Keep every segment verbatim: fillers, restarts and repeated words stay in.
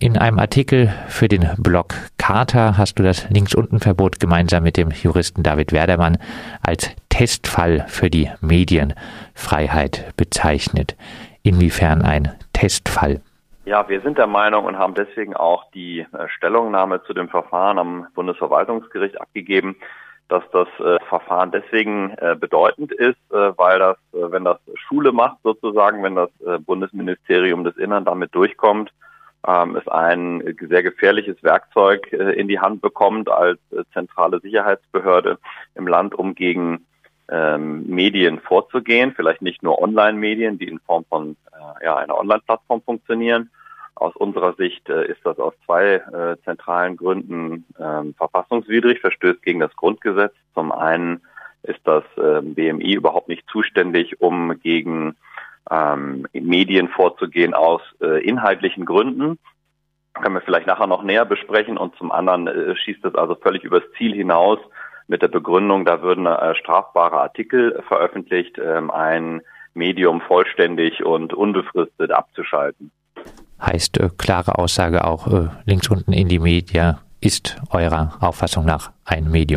In einem Artikel für den Blog Charta hast du das Links-Unten-Verbot gemeinsam mit dem Juristen David Werdermann als Testfall für die Medienfreiheit bezeichnet. Inwiefern ein Testfall? Ja, wir sind der Meinung und haben deswegen auch die äh, Stellungnahme zu dem Verfahren am Bundesverwaltungsgericht abgegeben, dass das äh, Verfahren deswegen äh, bedeutend ist, äh, weil das, äh, wenn das Schule macht sozusagen, wenn das äh, Bundesministerium des Innern damit durchkommt, ähm, es ein sehr gefährliches Werkzeug äh, in die Hand bekommt als äh, zentrale Sicherheitsbehörde im Land, um gegen ähm, Medien vorzugehen, vielleicht nicht nur Online-Medien, die in Form von äh, ja einer Online-Plattform funktionieren. Aus unserer Sicht äh, ist das aus zwei äh, zentralen Gründen äh, verfassungswidrig, verstößt gegen das Grundgesetz. Zum einen ist das äh, B M I überhaupt nicht zuständig, um gegen ähm, Medien vorzugehen aus äh, inhaltlichen Gründen. Können wir vielleicht nachher noch näher besprechen. Und zum anderen äh, schießt es also völlig übers Ziel hinaus mit der Begründung, da würden äh, strafbare Artikel veröffentlicht, äh, ein Medium vollständig und unbefristet abzuschalten. Heißt äh, klare Aussage auch, äh, links unten in die Media ist eurer Auffassung nach ein Medium?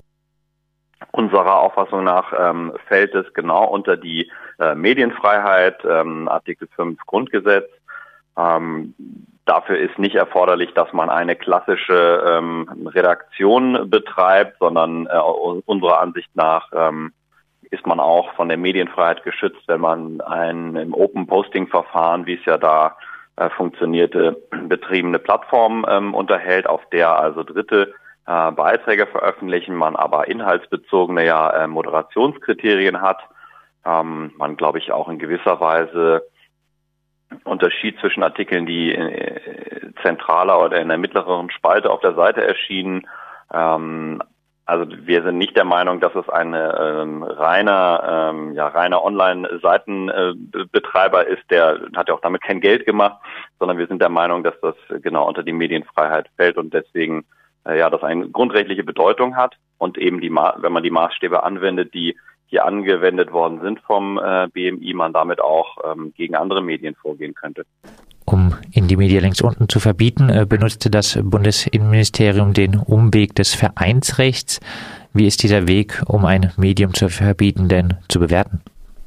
Unserer Auffassung nach ähm, fällt es genau unter die äh, Medienfreiheit, ähm, Artikel fünf Grundgesetz. Ähm, dafür ist nicht erforderlich, dass man eine klassische ähm, Redaktion betreibt, sondern äh, unserer Ansicht nach ähm, ist man auch von der Medienfreiheit geschützt, wenn man ein im Open-Posting-Verfahren, wie es ja da äh, funktionierte, betriebene Plattform ähm, unterhält, auf der also Dritte äh, Beiträge veröffentlichen, man aber inhaltsbezogene ja äh, Moderationskriterien hat. Ähm, man, glaube ich, auch in gewisser Weise Unterschied zwischen Artikeln, die äh, zentraler oder in der mittleren Spalte auf der Seite erschienen. Ähm, also wir sind nicht der Meinung, dass es ein ähm, reiner, ähm, ja, reiner Online-Seitenbetreiber äh, ist, der hat ja auch damit kein Geld gemacht, sondern wir sind der Meinung, dass das genau unter die Medienfreiheit fällt und deswegen äh, ja, das eine grundrechtliche Bedeutung hat und eben die, Ma- wenn man die Maßstäbe anwendet, die hier angewendet worden sind vom äh, B M I, man damit auch ähm, gegen andere Medien vorgehen könnte. Um in die Media links unten zu verbieten, äh, benutzte das Bundesinnenministerium den Umweg des Vereinsrechts. Wie ist dieser Weg, um ein Medium zu verbieten, denn zu bewerten?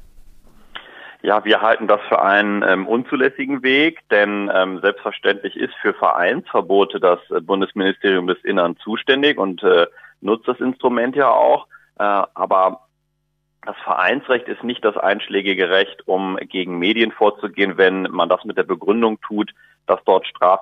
Ja, wir halten das für einen ähm, unzulässigen Weg, denn ähm, selbstverständlich ist für Vereinsverbote das äh, Bundesministerium des Innern zuständig und äh, nutzt das Instrument ja auch, äh, aber das Vereinsrecht ist nicht das einschlägige Recht, um gegen Medien vorzugehen, wenn man das mit der Begründung tut, dass dort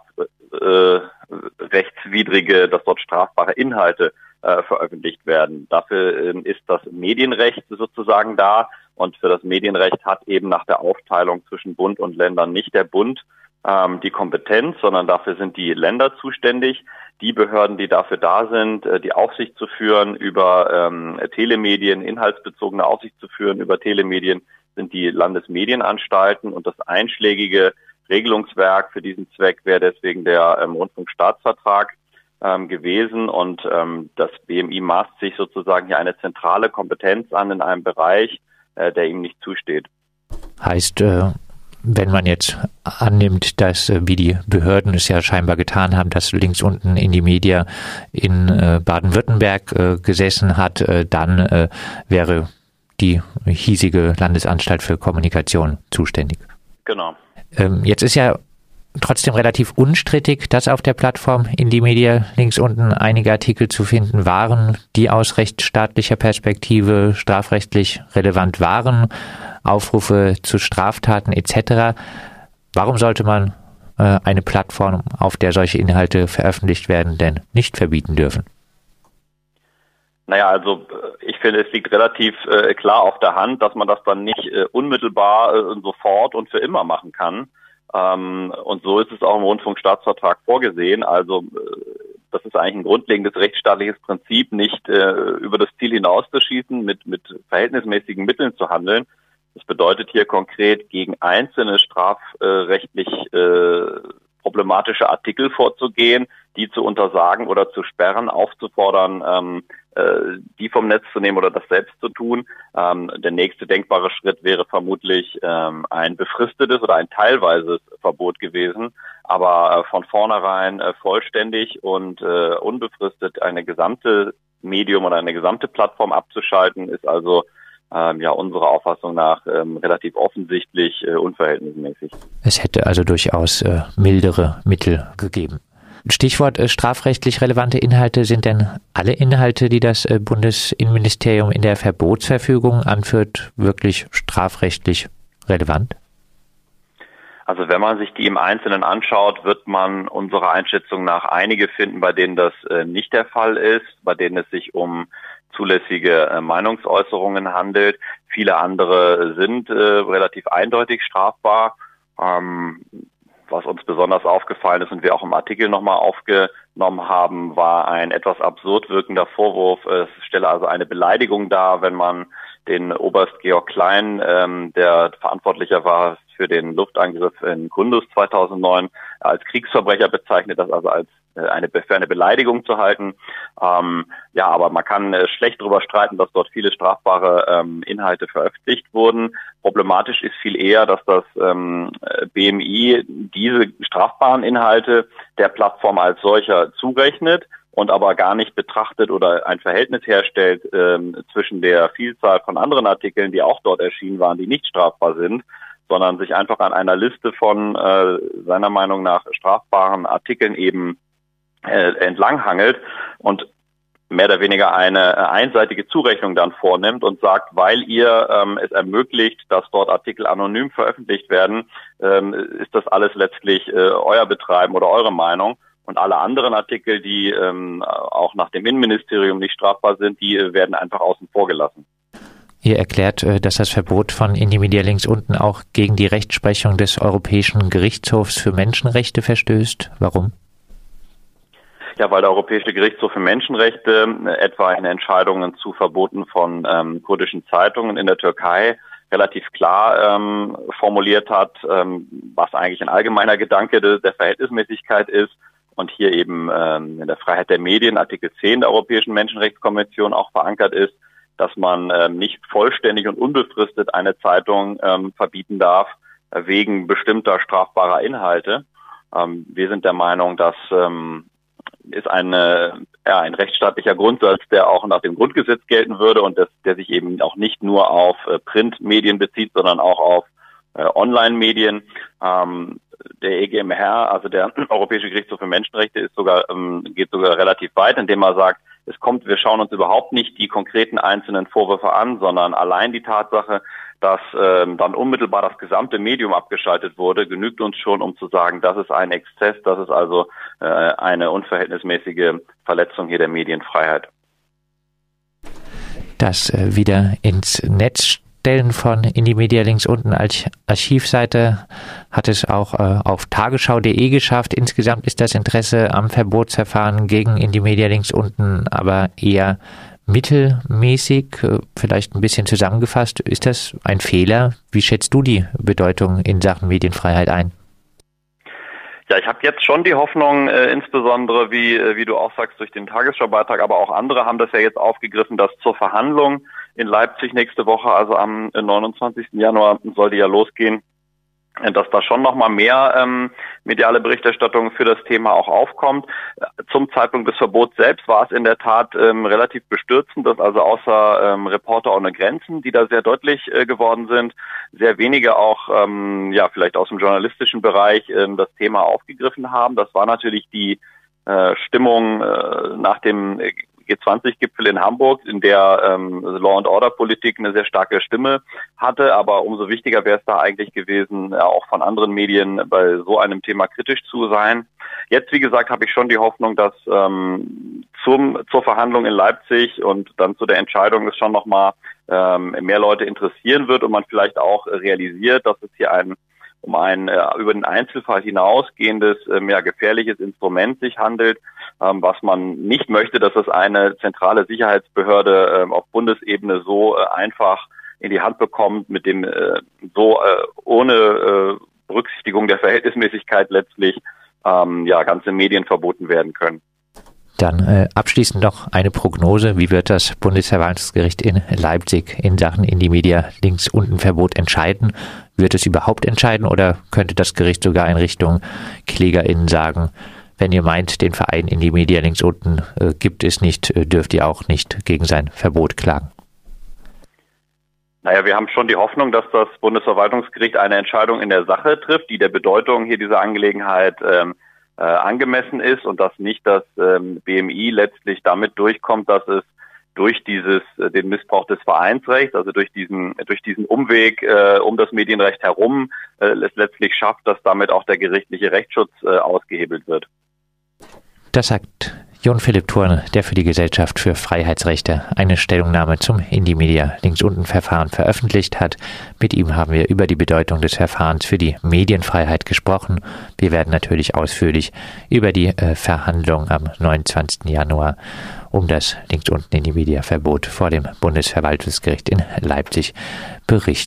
strafrechtswidrige, äh, dass dort strafbare Inhalte äh, veröffentlicht werden. Dafür äh, ist das Medienrecht sozusagen da und für das Medienrecht hat eben nach der Aufteilung zwischen Bund und Ländern nicht der Bund ähm, die Kompetenz, sondern dafür sind die Länder zuständig. Die Behörden, die dafür da sind, die Aufsicht zu führen über ähm, Telemedien, inhaltsbezogene Aufsicht zu führen über Telemedien, sind die Landesmedienanstalten und das einschlägige Regelungswerk für diesen Zweck wäre deswegen der ähm, Rundfunkstaatsvertrag ähm, gewesen und ähm, das B M I maßt sich sozusagen hier eine zentrale Kompetenz an in einem Bereich, äh, der ihm nicht zusteht. Heißt, äh wenn man jetzt annimmt, dass, wie die Behörden es ja scheinbar getan haben, dass links unten in die Media in äh, Baden-Württemberg äh, gesessen hat, äh, dann äh, wäre die hiesige Landesanstalt für Kommunikation zuständig. Genau. Ähm, jetzt ist ja trotzdem relativ unstrittig, dass auf der Plattform in die Media links unten einige Artikel zu finden waren, die aus rechtsstaatlicher Perspektive strafrechtlich relevant waren, Aufrufe zu Straftaten et cetera. Warum sollte man äh, eine Plattform, auf der solche Inhalte veröffentlicht werden, denn nicht verbieten dürfen? Naja, also ich finde, es liegt relativ äh, klar auf der Hand, dass man das dann nicht äh, unmittelbar äh, sofort und für immer machen kann. Ähm, und so ist es auch im Rundfunkstaatsvertrag vorgesehen. Also äh, das ist eigentlich ein grundlegendes rechtsstaatliches Prinzip, nicht äh, über das Ziel hinauszuschießen, mit, mit verhältnismäßigen Mitteln zu handeln. Das bedeutet hier konkret, gegen einzelne strafrechtlich äh, problematische Artikel vorzugehen, die zu untersagen oder zu sperren, aufzufordern, ähm, äh, die vom Netz zu nehmen oder das selbst zu tun. Ähm, der nächste denkbare Schritt wäre vermutlich ähm, ein befristetes oder ein teilweises Verbot gewesen, aber äh, von vornherein äh, vollständig und äh, unbefristet eine gesamte Medium oder eine gesamte Plattform abzuschalten, ist also ähm, ja unserer Auffassung nach ähm, relativ offensichtlich äh, unverhältnismäßig. Es hätte also durchaus äh, mildere Mittel gegeben. Stichwort äh, strafrechtlich relevante Inhalte. Sind denn alle Inhalte, die das äh, Bundesinnenministerium in der Verbotsverfügung anführt, wirklich strafrechtlich relevant? Also wenn man sich die im Einzelnen anschaut, wird man unserer Einschätzung nach einige finden, bei denen das äh, nicht der Fall ist, bei denen es sich um zulässige äh, Meinungsäußerungen handelt. Viele andere sind äh, relativ eindeutig strafbar. Ähm, was uns besonders aufgefallen ist und wir auch im Artikel nochmal aufgenommen haben, war ein etwas absurd wirkender Vorwurf. Es stelle also eine Beleidigung dar, wenn man den Oberst Georg Klein, ähm, der Verantwortlicher war für den Luftangriff in Kunduz zweitausendneun, als Kriegsverbrecher bezeichnet, das also als äh, eine, für eine Beleidigung zu halten. Ähm, ja, aber man kann äh, schlecht darüber streiten, dass dort viele strafbare ähm, Inhalte veröffentlicht wurden. Problematisch ist viel eher, dass das ähm, B M I diese strafbaren Inhalte der Plattform als solcher zurechnet und aber gar nicht betrachtet oder ein Verhältnis herstellt ähm, zwischen der Vielzahl von anderen Artikeln, die auch dort erschienen waren, die nicht strafbar sind, sondern sich einfach an einer Liste von äh, seiner Meinung nach strafbaren Artikeln eben äh, entlanghangelt und mehr oder weniger eine äh, einseitige Zurechnung dann vornimmt und sagt, weil ihr ähm, es ermöglicht, dass dort Artikel anonym veröffentlicht werden, ähm, ist das alles letztlich äh, euer Betreiben oder eure Meinung. Und alle anderen Artikel, die ähm, auch nach dem Innenministerium nicht strafbar sind, die äh, werden einfach außen vor gelassen. Ihr erklärt, dass das Verbot von Indymedia links unten auch gegen die Rechtsprechung des Europäischen Gerichtshofs für Menschenrechte verstößt. Warum? Ja, weil der Europäische Gerichtshof für Menschenrechte etwa in Entscheidungen zu Verboten von ähm, kurdischen Zeitungen in der Türkei relativ klar ähm, formuliert hat, ähm, was eigentlich ein allgemeiner Gedanke de, der Verhältnismäßigkeit ist und hier eben ähm, in der Freiheit der Medien Artikel zehn der Europäischen Menschenrechtskonvention auch verankert ist, dass man ähm, nicht vollständig und unbefristet eine Zeitung ähm, verbieten darf äh, wegen bestimmter strafbarer Inhalte. Ähm, wir sind der Meinung, dass ähm, ist eine, ja, ein rechtsstaatlicher Grundsatz, der auch nach dem Grundgesetz gelten würde und das, der sich eben auch nicht nur auf äh, Printmedien bezieht, sondern auch auf äh, Online-Medien. Ähm, der E G M R, also der Europäische Gerichtshof für Menschenrechte, ist sogar ähm, geht sogar relativ weit, indem er sagt, es kommt, wir schauen uns überhaupt nicht die konkreten einzelnen Vorwürfe an, sondern allein die Tatsache, dass ähm, dann unmittelbar das gesamte Medium abgeschaltet wurde, genügt uns schon, um zu sagen, das ist ein Exzess, das ist also äh, eine unverhältnismäßige Verletzung hier der Medienfreiheit. Das äh, wieder ins Netz Stellen von Indymedia links unten als Archivseite hat es auch äh, auf tagesschau punkt de geschafft. Insgesamt ist das Interesse am Verbotsverfahren gegen Indymedia links unten aber eher mittelmäßig, äh, vielleicht ein bisschen zusammengefasst. Ist das ein Fehler? Wie schätzt du die Bedeutung in Sachen Medienfreiheit ein? Ja, ich habe jetzt schon die Hoffnung, äh, insbesondere wie äh, wie du auch sagst, durch den Tagesschau-Beitrag, aber auch andere haben das ja jetzt aufgegriffen, dass zur Verhandlung in Leipzig nächste Woche, also am neunundzwanzigsten Januar soll die ja losgehen, dass da schon nochmal mehr ähm, mediale Berichterstattung für das Thema auch aufkommt. Zum Zeitpunkt des Verbots selbst war es in der Tat ähm, relativ bestürzend, dass also außer ähm, Reporter ohne Grenzen, die da sehr deutlich äh, geworden sind, sehr wenige auch, ähm, ja vielleicht aus dem journalistischen Bereich ähm, das Thema aufgegriffen haben. Das war natürlich die äh, Stimmung äh, nach dem G zwanzig Gipfel in Hamburg, in der ähm, Law-and-Order-Politik eine sehr starke Stimme hatte. Aber umso wichtiger wäre es da eigentlich gewesen, ja, auch von anderen Medien bei so einem Thema kritisch zu sein. Jetzt, wie gesagt, habe ich schon die Hoffnung, dass ähm, zum, zur Verhandlung in Leipzig und dann zu der Entscheidung es schon nochmal ähm, mehr Leute interessieren wird und man vielleicht auch realisiert, dass es hier ein um ein äh, über den Einzelfall hinausgehendes, äh, mehr gefährliches Instrument sich handelt, ähm, was man nicht möchte, dass es eine zentrale Sicherheitsbehörde äh, auf Bundesebene so äh, einfach in die Hand bekommt, mit dem äh, so äh, ohne äh, Berücksichtigung der Verhältnismäßigkeit letztlich ähm, ja ganze Medien verboten werden können. Dann äh, abschließend noch eine Prognose. Wie wird das Bundesverwaltungsgericht in Leipzig in Sachen Indymedia links unten Verbot entscheiden? Wird es überhaupt entscheiden oder könnte das Gericht sogar in Richtung KlägerInnen sagen, wenn ihr meint, den Verein Indymedia links unten äh, gibt es nicht, äh, dürft ihr auch nicht gegen sein Verbot klagen? Naja, wir haben schon die Hoffnung, dass das Bundesverwaltungsgericht eine Entscheidung in der Sache trifft, die der Bedeutung hier dieser Angelegenheit ähm, Äh, angemessen ist und dass nicht das ähm, B M I letztlich damit durchkommt, dass es durch dieses äh, den Missbrauch des Vereinsrechts, also durch diesen durch diesen Umweg äh, um das Medienrecht herum, äh, es letztlich schafft, dass damit auch der gerichtliche Rechtsschutz äh, ausgehebelt wird. Das sagt Jon Philipp Thurn, der für die Gesellschaft für Freiheitsrechte eine Stellungnahme zum Indymedia links unten Verfahren veröffentlicht hat. Mit ihm haben wir über die Bedeutung des Verfahrens für die Medienfreiheit gesprochen. Wir werden natürlich ausführlich über die äh, Verhandlungen am neunundzwanzigsten Januar um das links unten Indymedia Verbot vor dem Bundesverwaltungsgericht in Leipzig berichten.